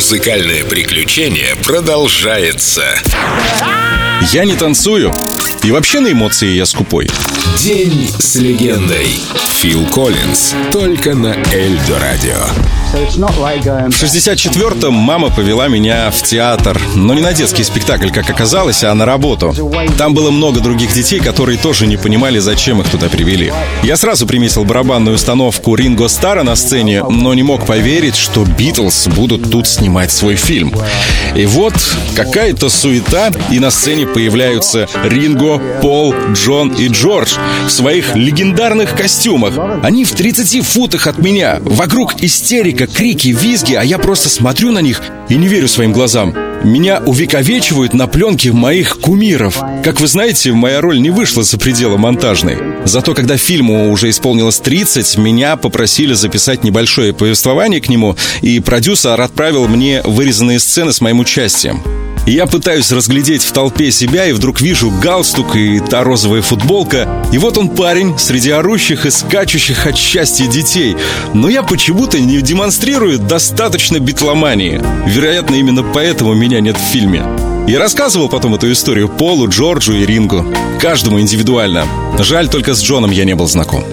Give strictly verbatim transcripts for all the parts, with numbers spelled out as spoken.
Музыкальное приключение продолжается. Я не танцую. И вообще на эмоции я скупой. День с легендой. Фил Коллинз. Только на Эльдо Радио. В шестьдесят четвёртом мама повела меня в театр. Но не на детский спектакль, как оказалось, а на работу. Там было много других детей, которые тоже не понимали, зачем их туда привели. Я сразу приметил барабанную установку Ринго Стара на сцене, но не мог поверить, что Битлз будут тут снимать свой фильм. И вот какая-то суета, и на сцене появляются Ринго, Пол, Джон и Джордж в своих легендарных костюмах. Они в тридцати футах от меня. Вокруг истерика, крики, визги, а я просто смотрю на них и не верю своим глазам. Меня увековечивают на пленке моих кумиров. Как вы знаете, моя роль не вышла за пределы монтажной. Зато когда фильму уже исполнилось тридцать, меня попросили записать небольшое повествование к нему, и продюсер отправил мне вырезанные сцены с моим участием. Я пытаюсь разглядеть в толпе себя, и вдруг вижу галстук и та розовая футболка. И вот он, парень, среди орущих и скачущих от счастья детей. Но я почему-то не демонстрирую достаточно битломании. Вероятно, именно поэтому меня нет в фильме. Я рассказывал потом эту историю Полу, Джорджу и Рингу. Каждому индивидуально. Жаль, только с Джоном я не был знаком.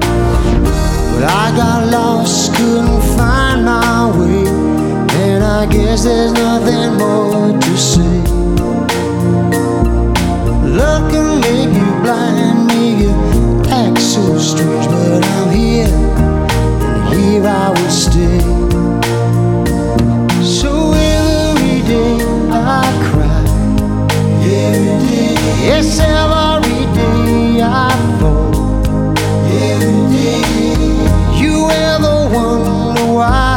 I guess there's nothing more to say. Love can make you blind, make you act so strange, but I'm here, and here I will stay. So every day I cry, every day, yes, every day I fall, every day. You ever wonder why?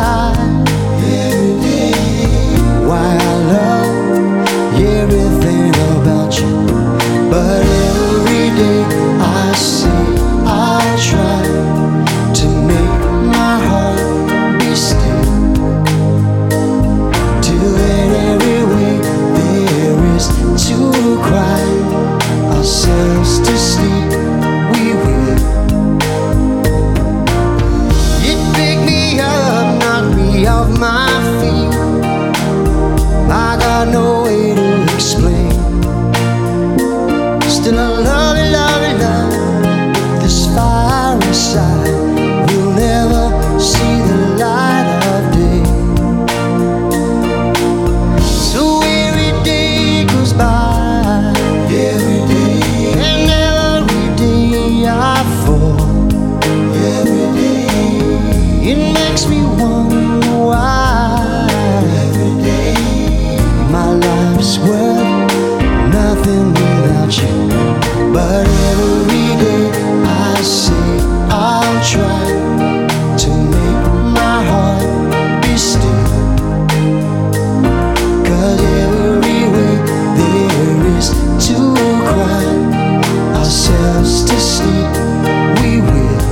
But every day I say I'll try to make my heart be still, till in every way there is to cry ourselves to sleep, we will. It picked me up, knocked me off my feet. I got no way to explain. Still I love it, love it, love this fire inside. We'll never see the light of day. So every day goes by, every day, and every day I fall, every day. It makes me wonder why, every day, my life's worth nothing without you. But every day I say I'll try to make my heart be still, 'cause every way there is to cry ourselves to sleep, we will.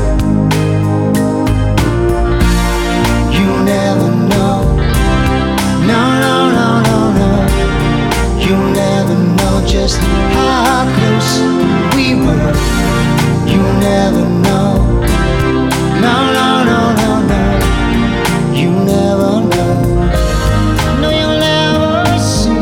You never know, no, no, no, no, no. You never know just how close we were. You never know, no, no, no, no, no. You never know, no, you'll never see.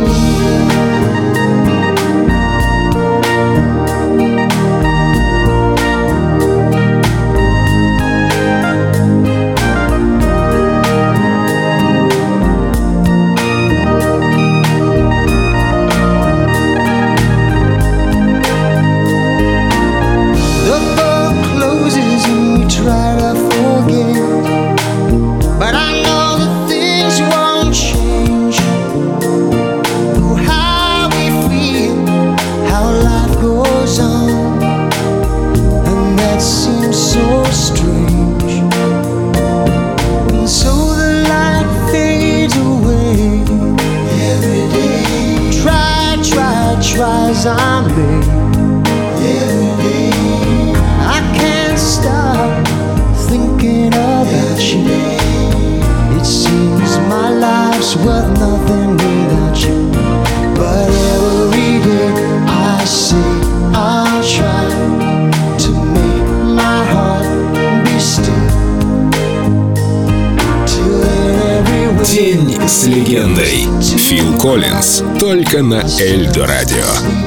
Tries I may, every day I can't stop thinking about you. It seems my life's worth nothing without you. But every day I say I'll try to make my heart be still, till in every way День с легендой. Фил Коллинз. Только на Эльдо Радио.